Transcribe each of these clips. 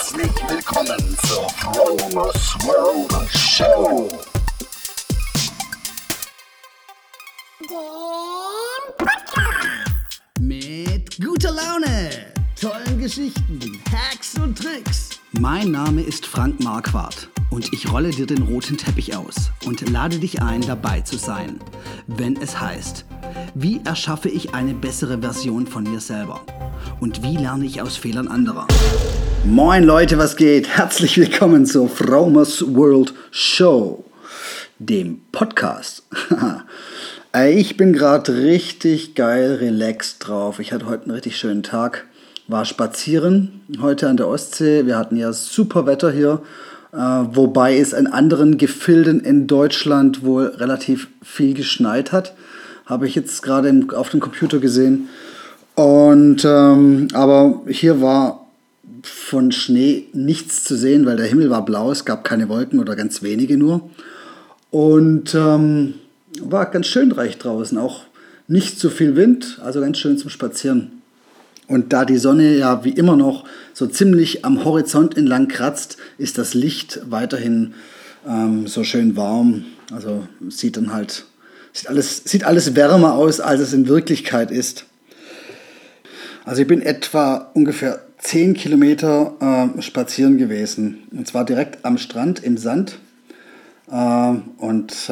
Herzlich willkommen zur Fromers World Show. Dem Podcast. Mit guter Laune, tollen Geschichten, Hacks und Tricks. Mein Name ist Frank Marquardt und ich rolle dir den roten Teppich aus und lade dich ein, dabei zu sein, wenn es heißt, wie erschaffe ich eine bessere Version von mir selber und wie lerne ich aus Fehlern anderer. Moin Leute, was geht? Herzlich willkommen zur Fromers World Show, dem Podcast. Ich bin gerade richtig geil relaxed drauf. Ich hatte heute einen richtig schönen Tag. War spazieren heute an der Ostsee. Wir hatten ja super Wetter hier. Wobei es in anderen Gefilden in Deutschland wohl relativ viel geschneit hat. Habe ich jetzt gerade auf dem Computer gesehen. Und aber hier war von Schnee nichts zu sehen, weil der Himmel war blau. Es gab keine Wolken oder ganz wenige nur. Und war ganz schön reich draußen, auch nicht so viel Wind, also ganz schön zum Spazieren. Und da die Sonne ja wie immer noch so ziemlich am Horizont entlang kratzt, ist das Licht weiterhin so schön warm. Also sieht alles wärmer aus, als es in Wirklichkeit ist. Also ich bin etwa ungefähr 10 Kilometer spazieren gewesen. Und zwar direkt am Strand im Sand. Es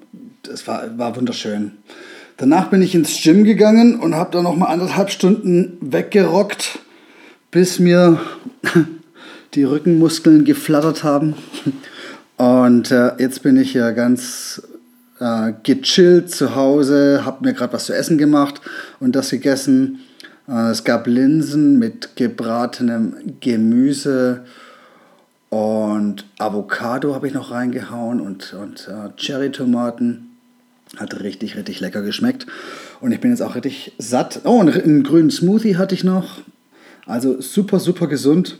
war wunderschön. Danach bin ich ins Gym gegangen und habe da noch mal 1,5 Stunden weggerockt, bis mir die Rückenmuskeln geflattert haben. Und jetzt bin ich ja ganz gechillt zu Hause, habe mir gerade was zu essen gemacht und das gegessen. Es gab Linsen mit gebratenem Gemüse und Avocado habe ich noch reingehauen und Cherrytomaten. Hat richtig, richtig lecker geschmeckt. Und ich bin jetzt auch richtig satt. Oh, und einen grünen Smoothie hatte ich noch. Also super, super gesund.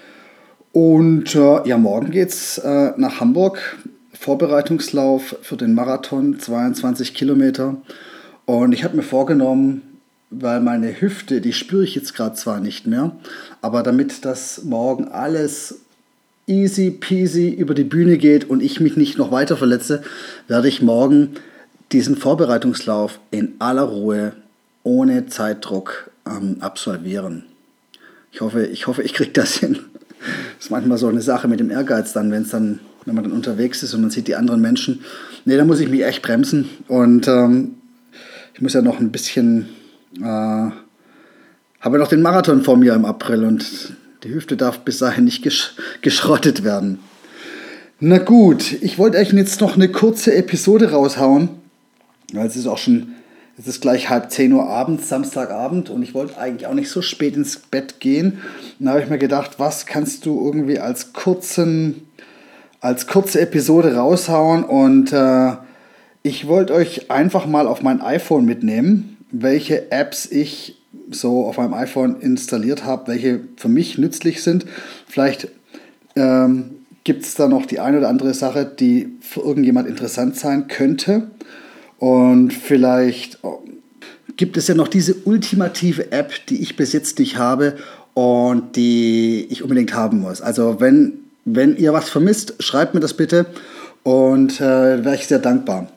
Und ja, morgen geht's nach Hamburg. Vorbereitungslauf für den Marathon, 22 Kilometer. Und ich habe mir vorgenommen, weil meine Hüfte, die spüre ich jetzt gerade zwar nicht mehr, aber damit das morgen alles easy peasy über die Bühne geht und ich mich nicht noch weiter verletze, werde ich morgen diesen Vorbereitungslauf in aller Ruhe, ohne Zeitdruck absolvieren. Ich hoffe, ich kriege das hin. Das ist manchmal so eine Sache mit dem Ehrgeiz dann, wenn man dann unterwegs ist und man sieht die anderen Menschen. Nee, da muss ich mich echt bremsen und ich muss ja noch ein bisschen, habe ja noch den Marathon vor mir im April und die Hüfte darf bis dahin nicht geschrottet werden. Na gut, ich wollte euch jetzt noch eine kurze Episode raushauen. Es ist gleich 9:30 Uhr abends, Samstagabend, und ich wollte eigentlich auch nicht so spät ins Bett gehen. Dann habe ich mir gedacht, was kannst du irgendwie als kurze Episode raushauen, und ich wollte euch einfach mal auf mein iPhone mitnehmen, welche Apps ich so auf meinem iPhone installiert habe, welche für mich nützlich sind. Vielleicht gibt es da noch die eine oder andere Sache, die für irgendjemand interessant sein könnte. Und vielleicht gibt es ja noch diese ultimative App, die ich bis jetzt nicht habe und die ich unbedingt haben muss. Also wenn ihr was vermisst, schreibt mir das bitte und wäre ich sehr dankbar.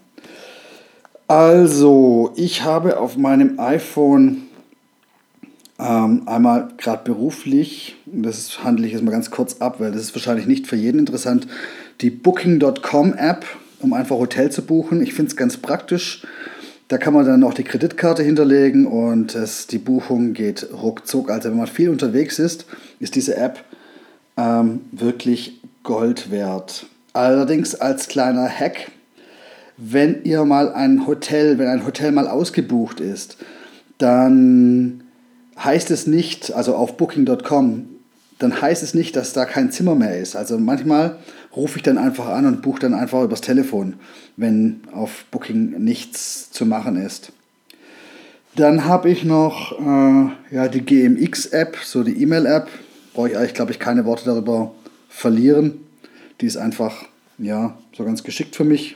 Also, ich habe auf meinem iPhone einmal gerade beruflich, das handle ich jetzt mal ganz kurz ab, weil das ist wahrscheinlich nicht für jeden interessant, die Booking.com App, um einfach Hotel zu buchen. Ich finde es ganz praktisch. Da kann man dann auch die Kreditkarte hinterlegen und die Buchung geht ruckzuck. Also wenn man viel unterwegs ist diese App wirklich Gold wert. Allerdings als kleiner Hack, wenn ein Hotel mal ausgebucht ist, dann heißt es nicht, also auf Booking.com, dann heißt es nicht, dass da kein Zimmer mehr ist. Also manchmal rufe ich dann einfach an und buche dann einfach übers Telefon, wenn auf Booking nichts zu machen ist. Dann habe ich noch die GMX-App, so die E-Mail-App. Brauche ich eigentlich, glaube ich, keine Worte darüber verlieren. Die ist einfach, so ganz geschickt für mich.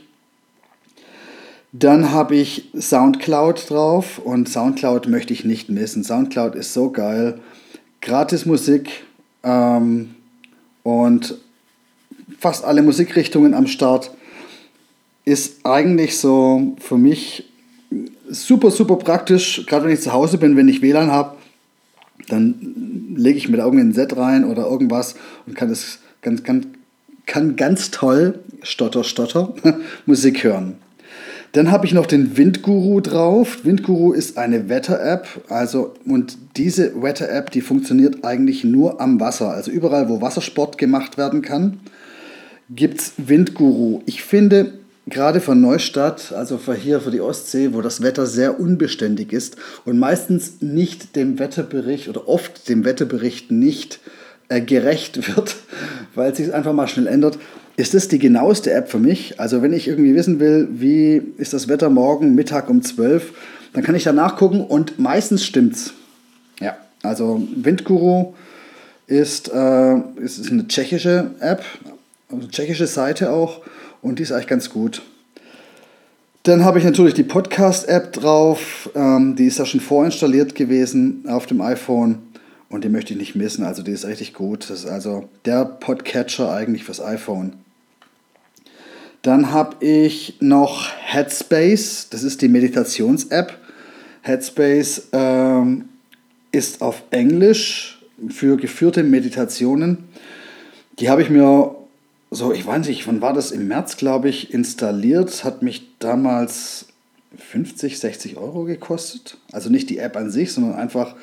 Dann habe ich Soundcloud drauf und Soundcloud möchte ich nicht missen. Soundcloud ist so geil. Gratis Musik, und fast alle Musikrichtungen am Start. Ist eigentlich so für mich super, super praktisch, gerade wenn ich zu Hause bin, wenn ich WLAN habe, dann lege ich mir da irgendein Set rein oder irgendwas und kann ganz toll, Stotter, Musik hören. Dann habe ich noch den Windguru drauf. Windguru ist eine Wetter-App, und diese Wetter-App, die funktioniert eigentlich nur am Wasser. Also überall, wo Wassersport gemacht werden kann, gibt es Windguru. Ich finde, gerade für Neustadt, also für die Ostsee, wo das Wetter sehr unbeständig ist und meistens nicht dem Wetterbericht oder oft dem Wetterbericht nicht gerecht wird, weil es sich einfach mal schnell ändert, ist das die genaueste App für mich. Also wenn ich irgendwie wissen will, wie ist das Wetter morgen Mittag um 12, dann kann ich da nachgucken und meistens stimmt's. Ja, also Windguru ist eine tschechische App, also tschechische Seite auch, und die ist eigentlich ganz gut. Dann habe ich natürlich die Podcast-App drauf, die ist ja schon vorinstalliert gewesen auf dem iPhone. Und die möchte ich nicht missen, also die ist richtig gut. Das ist also der Podcatcher eigentlich fürs iPhone. Dann habe ich noch Headspace, das ist die Meditations-App. Headspace ist auf Englisch für geführte Meditationen. Die habe ich mir ich weiß nicht, wann war das? Im März, glaube ich, installiert. Hat mich damals 50, 60 Euro gekostet. Also nicht die App an sich, sondern einfach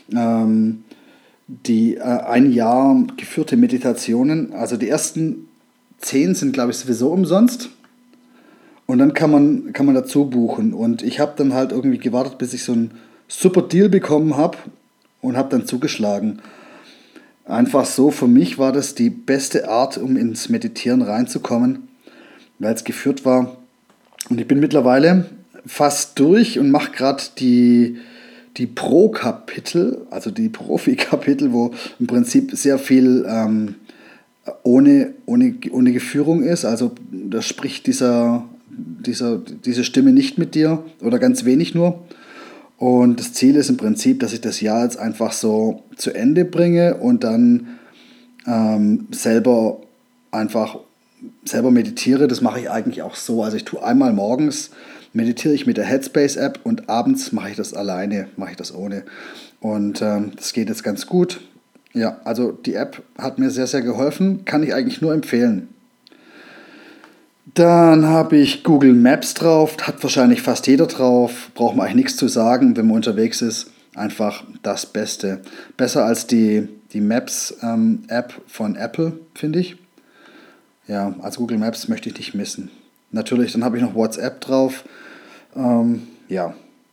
die ein Jahr geführte Meditationen. Also die ersten 10 sind, glaube ich, sowieso umsonst. Und dann kann man dazu buchen. Und ich habe dann halt irgendwie gewartet, bis ich so einen super Deal bekommen habe und habe dann zugeschlagen. Einfach so, für mich war das die beste Art, um ins Meditieren reinzukommen, weil es geführt war. Und ich bin mittlerweile fast durch und mache gerade die Pro-Kapitel, also die Profi-Kapitel, wo im Prinzip sehr viel ohne Geführung ist. Also da spricht diese Stimme nicht mit dir oder ganz wenig nur. Und das Ziel ist im Prinzip, dass ich das Jahr jetzt einfach so zu Ende bringe und dann selber meditiere. Das mache ich eigentlich auch so. Also ich tue einmal morgens, meditiere ich mit der Headspace-App und abends mache ich das alleine, mache ich das ohne. Und das geht jetzt ganz gut. Ja, also die App hat mir sehr, sehr geholfen, kann ich eigentlich nur empfehlen. Dann habe ich Google Maps drauf, hat wahrscheinlich fast jeder drauf, braucht man eigentlich nichts zu sagen, wenn man unterwegs ist, einfach das Beste. Besser als die Maps-App von Apple, finde ich. Ja, also Google Maps möchte ich nicht missen. Natürlich, dann habe ich noch WhatsApp drauf. Ja.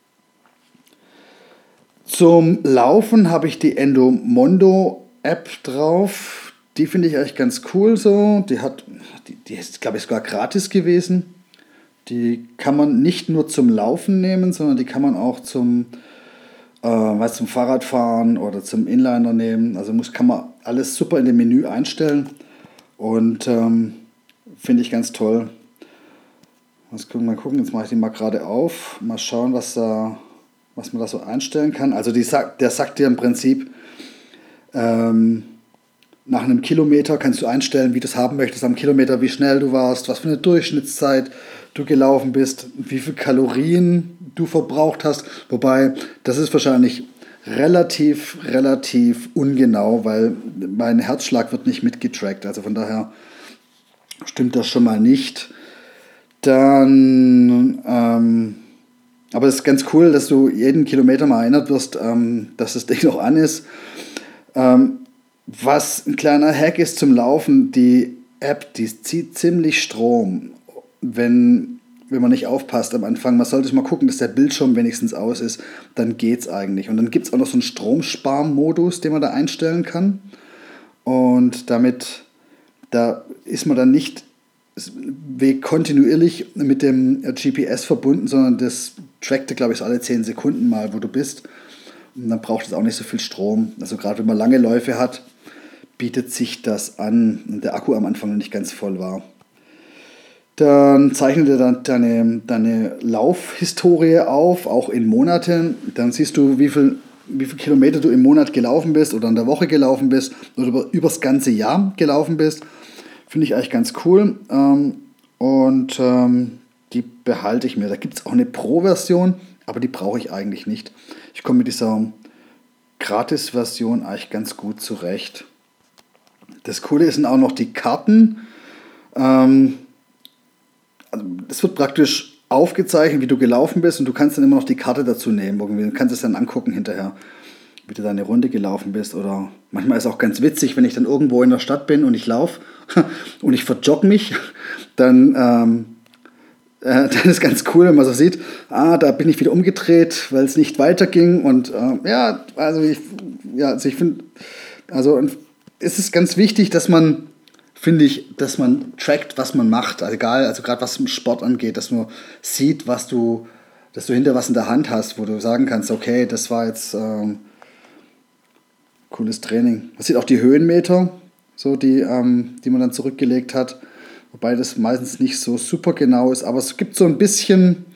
Zum Laufen habe ich die Endomondo-App drauf. Die finde ich eigentlich ganz cool so. Die ist, glaube ich, sogar gratis gewesen. Die kann man nicht nur zum Laufen nehmen, sondern die kann man auch zum Fahrradfahren oder zum Inliner nehmen. Also kann man alles super in dem Menü einstellen. Und finde ich ganz toll. Mal gucken, jetzt mache ich die mal gerade auf. Mal schauen, was man da so einstellen kann. Also der sagt dir im Prinzip, nach einem Kilometer kannst du einstellen, wie du es haben möchtest am Kilometer, wie schnell du warst, was für eine Durchschnittszeit du gelaufen bist, wie viel Kalorien du verbraucht hast. Wobei, das ist wahrscheinlich relativ ungenau, weil mein Herzschlag wird nicht mitgetrackt. Also von daher stimmt das schon mal nicht. Dann, aber es ist ganz cool, dass du jeden Kilometer mal erinnert wirst, dass das Ding noch an ist. Was ein kleiner Hack ist zum Laufen, die App, die zieht ziemlich Strom, wenn man nicht aufpasst am Anfang. Man sollte mal gucken, dass der Bildschirm wenigstens aus ist, dann geht's eigentlich. Und dann gibt es auch noch so einen Stromsparmodus, den man da einstellen kann. Und da ist man dann nicht kontinuierlich mit dem GPS verbunden, sondern das trackt, glaube ich, so alle 10 Sekunden mal, wo du bist. Und dann braucht es auch nicht so viel Strom. Also gerade wenn man lange Läufe hat, bietet sich das an und der Akku am Anfang noch nicht ganz voll war. Dann zeichnet er dann deine Laufhistorie auf, auch in Monaten. Dann siehst du, wie viel wie viele Kilometer du im Monat gelaufen bist oder in der Woche gelaufen bist oder übers ganze Jahr gelaufen bist. Finde ich eigentlich ganz cool. Die behalte ich mir. Da gibt es auch eine Pro-Version, aber die brauche ich eigentlich nicht. Ich komme mit dieser Gratis-Version eigentlich ganz gut zurecht. Das Coole sind auch noch die Karten. Es wird praktisch aufgezeichnet, wie du gelaufen bist und du kannst dann immer noch die Karte dazu nehmen. Du kannst es dann angucken hinterher, wie du deine Runde gelaufen bist. Oder manchmal ist es auch ganz witzig, wenn ich dann irgendwo in der Stadt bin und ich laufe und ich verjogge mich, dann ist es ganz cool, wenn man so sieht, da bin ich wieder umgedreht, weil es nicht weiterging. Und ich finde, es ist ganz wichtig, dass man trackt, was man macht. Also egal, also gerade was Sport angeht, dass man sieht, dass du hinter was in der Hand hast, wo du sagen kannst, okay, das war jetzt cooles Training. Man sieht auch die Höhenmeter, so die man dann zurückgelegt hat. Wobei das meistens nicht so super genau ist, aber es gibt so ein bisschen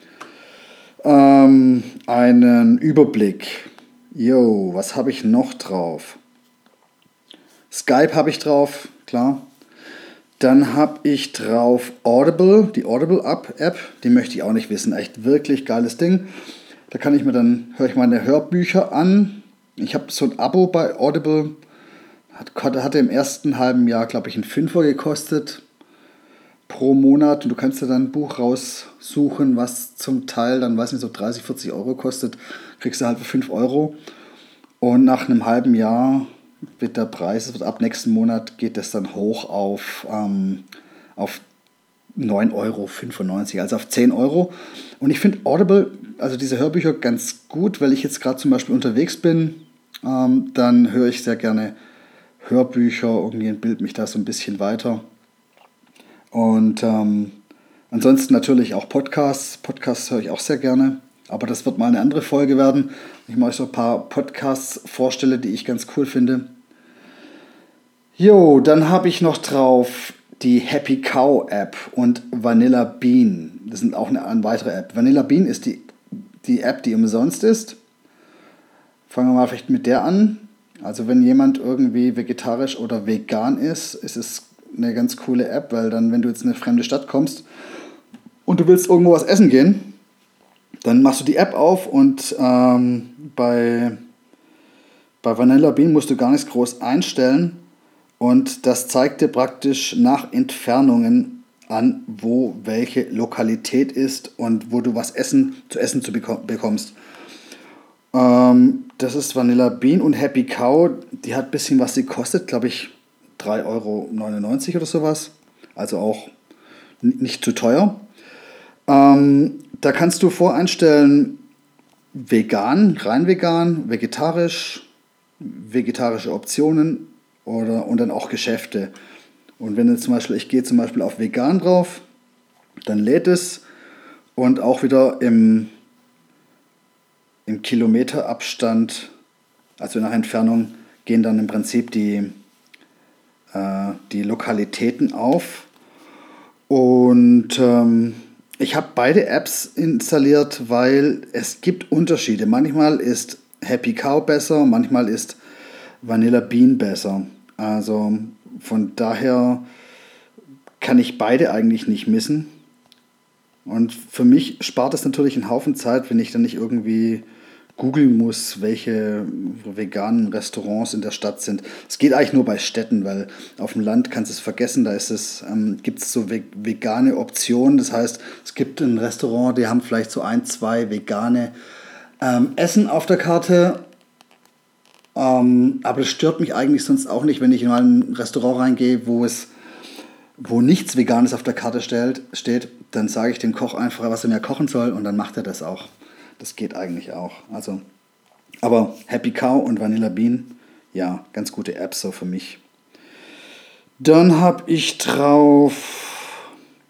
einen Überblick. Was habe ich noch drauf? Skype habe ich drauf, klar. Dann habe ich drauf Audible, die Audible-App, die möchte ich auch nicht wissen. Echt wirklich geiles Ding. Da höre ich meine Hörbücher an. Ich habe so ein Abo bei Audible. Hatte im ersten halben Jahr, glaube ich, einen Fünfer gekostet pro Monat. Und du kannst dir dann ein Buch raussuchen, was zum Teil dann, weiß nicht, so 30, 40 Euro kostet. Kriegst du halt für 5 Euro. Und nach einem halben Jahr wird der Preis, ab nächsten Monat geht das dann hoch auf 9,95 Euro, also auf 10 Euro. Und ich finde Audible, also diese Hörbücher, ganz gut, weil ich jetzt gerade zum Beispiel unterwegs bin, dann höre ich sehr gerne Hörbücher, irgendwie bilde mich da so ein bisschen weiter. Und ansonsten natürlich auch Podcasts. Podcasts höre ich auch sehr gerne. Aber das wird mal eine andere Folge werden. Ich mache euch so ein paar Podcasts vorstelle, die ich ganz cool finde. Dann habe ich noch drauf die Happy Cow App und Vanilla Bean. Das sind auch eine weitere App. Vanilla Bean ist die App, die umsonst ist. Fangen wir mal vielleicht mit der an. Also wenn jemand irgendwie vegetarisch oder vegan ist es eine ganz coole App, weil dann, wenn du jetzt in eine fremde Stadt kommst und du willst irgendwo was essen gehen, dann machst du die App auf und bei Vanilla Bean musst du gar nichts groß einstellen und das zeigt dir praktisch nach Entfernungen an, wo welche Lokalität ist und wo du was zu essen bekommst. Das ist Vanilla Bean und Happy Cow, die hat ein bisschen was sie kostet, glaube ich 3,99 Euro oder sowas, also auch nicht zu teuer. Da kannst du voreinstellen, vegan, rein vegan, vegetarisch, vegetarische Optionen und dann auch Geschäfte. Und wenn jetzt ich gehe zum Beispiel auf vegan drauf, dann lädt es und auch wieder im Kilometerabstand, also nach Entfernung, gehen dann im Prinzip die Lokalitäten auf. Und ich habe beide Apps installiert, weil es gibt Unterschiede. Manchmal ist Happy Cow besser, manchmal ist Vanilla Bean besser. Also von daher kann ich beide eigentlich nicht missen. Und für mich spart es natürlich einen Haufen Zeit, wenn ich dann nicht irgendwie googeln muss, welche veganen Restaurants in der Stadt sind. Es geht eigentlich nur bei Städten, weil auf dem Land kannst du es vergessen, da gibt es so vegane Optionen. Das heißt, es gibt ein Restaurant, die haben vielleicht so 1, 2 vegane Essen auf der Karte. Aber das stört mich eigentlich sonst auch nicht, wenn ich in ein Restaurant reingehe, wo nichts Veganes auf der Karte steht, dann sage ich dem Koch einfach, was er mir kochen soll und dann macht er das auch. Das geht eigentlich auch. Also, aber Happy Cow und Vanilla Bean, ja, ganz gute Apps so für mich. Dann habe ich drauf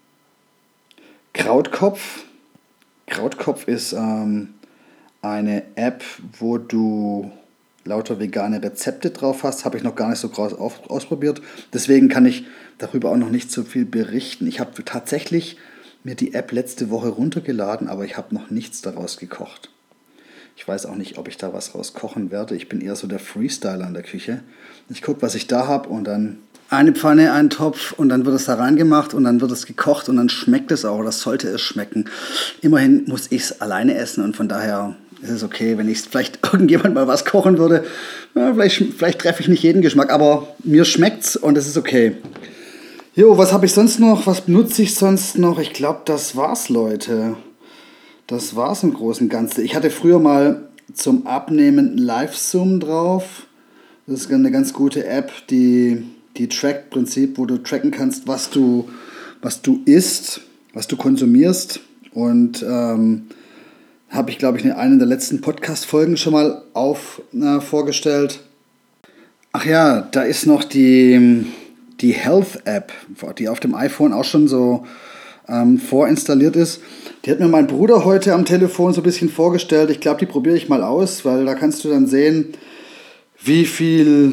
Krautkopf. Krautkopf ist eine App, wo du lauter vegane Rezepte drauf hast. Habe ich noch gar nicht so groß ausprobiert. Deswegen kann ich darüber auch noch nicht so viel berichten. Ich habe tatsächlich mir die App letzte Woche runtergeladen, aber ich habe noch nichts daraus gekocht. Ich weiß auch nicht, ob ich da was raus kochen werde. Ich bin eher so der Freestyler in der Küche. Ich gucke, was ich da habe und dann eine Pfanne, einen Topf und dann wird es da reingemacht und dann wird es gekocht und dann schmeckt es auch. Das sollte es schmecken. Immerhin muss ich es alleine essen und von daher ist es okay, wenn ich vielleicht irgendjemand mal was kochen würde. Ja, vielleicht treffe ich nicht jeden Geschmack, aber mir schmeckt's und es ist okay. Jo, was habe ich sonst noch? Was benutze ich sonst noch? Ich glaube, das war's, Leute. Das war's im Großen und Ganzen. Ich hatte früher mal zum Abnehmen LiveZoom drauf. Das ist eine ganz gute App, die Track-Prinzip, wo du tracken kannst, was du isst, was du konsumierst. Und habe ich, glaube ich, in einer der letzten Podcast-Folgen schon mal vorgestellt. Ach ja, da ist noch die Health-App, die auf dem iPhone auch schon so vorinstalliert ist. Die hat mir mein Bruder heute am Telefon so ein bisschen vorgestellt. Ich glaube, die probiere ich mal aus, weil da kannst du dann sehen, wie viel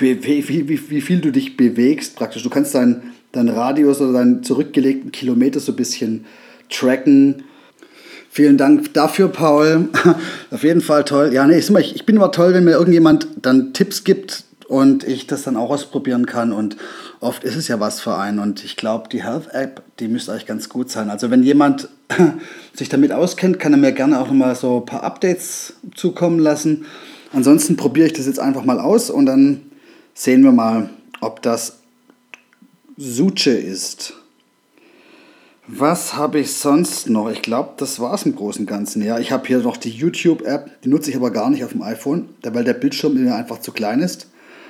du dich bewegst praktisch. Du kannst deinen Radius oder deinen zurückgelegten Kilometer so ein bisschen tracken. Vielen Dank dafür, Paul. Auf jeden Fall toll. Ja, nee, ich bin immer toll, wenn mir irgendjemand dann Tipps gibt und ich das dann auch ausprobieren kann. Und oft ist es ja was für einen. Und ich glaube, die Health-App, die müsste eigentlich ganz gut sein. Also wenn jemand sich damit auskennt, kann er mir gerne auch nochmal so ein paar Updates zukommen lassen. Ansonsten probiere ich das jetzt einfach mal aus und dann sehen wir mal, ob das Suche ist. Was habe ich sonst noch? Ich glaube, das war es im Großen und Ganzen. Ja, ich habe hier noch die YouTube-App, die nutze ich aber gar nicht auf dem iPhone, weil der Bildschirm mir einfach zu klein ist.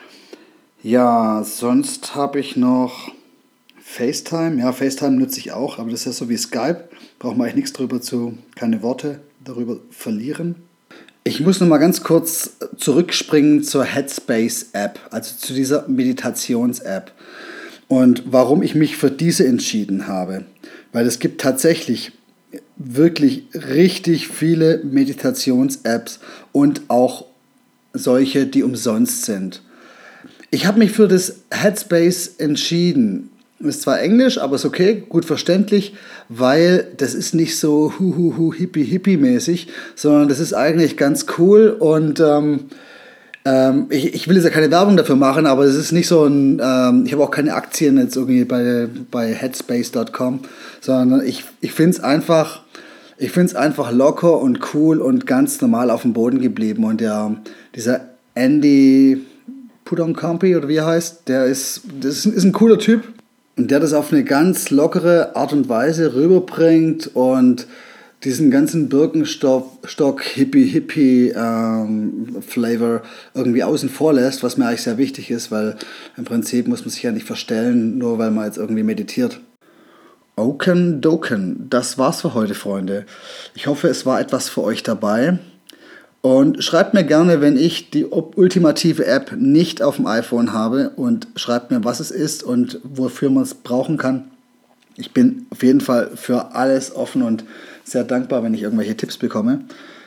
Ja, sonst habe ich noch FaceTime. Ja, FaceTime nutze ich auch, aber das ist ja so wie Skype. Braucht man eigentlich keine Worte darüber verlieren. Ich muss noch mal ganz kurz zurückspringen zur Headspace-App, also zu dieser Meditations-App. Und warum ich mich für diese entschieden habe. Weil es gibt tatsächlich wirklich richtig viele Meditations-Apps und auch solche, die umsonst sind. Ich habe mich für das Headspace entschieden. Ist zwar Englisch, aber ist okay, gut verständlich, weil das ist nicht so hippie-mäßig, sondern das ist eigentlich ganz cool und ich will jetzt ja keine Werbung dafür machen, aber es ist nicht so ein, ich habe auch keine Aktien jetzt irgendwie bei headspace.com, sondern ich finde es einfach locker und cool und ganz normal auf dem Boden geblieben und dieser Andy Puddonkampi oder wie er heißt, das ist ein cooler Typ. Und der das auf eine ganz lockere Art und Weise rüberbringt und diesen ganzen Birkenstock Hippie-Flavor irgendwie außen vor lässt, was mir eigentlich sehr wichtig ist, weil im Prinzip muss man sich ja nicht verstellen, nur weil man jetzt irgendwie meditiert. Okendoken, das war's für heute, Freunde. Ich hoffe, es war etwas für euch dabei. Und schreibt mir gerne, wenn ich die ultimative App nicht auf dem iPhone habe und schreibt mir, was es ist und wofür man es brauchen kann. Ich bin auf jeden Fall für alles offen und sehr dankbar, wenn ich irgendwelche Tipps bekomme.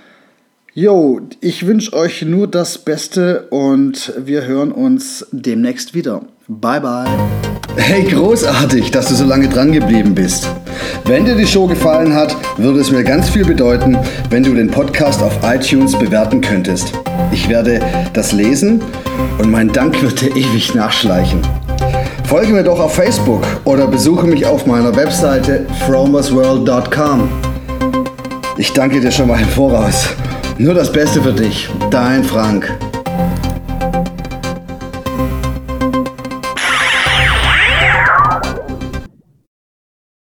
Jo, ich wünsche euch nur das Beste und wir hören uns demnächst wieder. Bye, bye. Hey, großartig, dass du so lange dran geblieben bist. Wenn dir die Show gefallen hat, würde es mir ganz viel bedeuten, wenn du den Podcast auf iTunes bewerten könntest. Ich werde das lesen und mein Dank wird dir ewig nachschleichen. Folge mir doch auf Facebook oder besuche mich auf meiner Webseite fromersworld.com. Ich danke dir schon mal im Voraus. Nur das Beste für dich, dein Frank.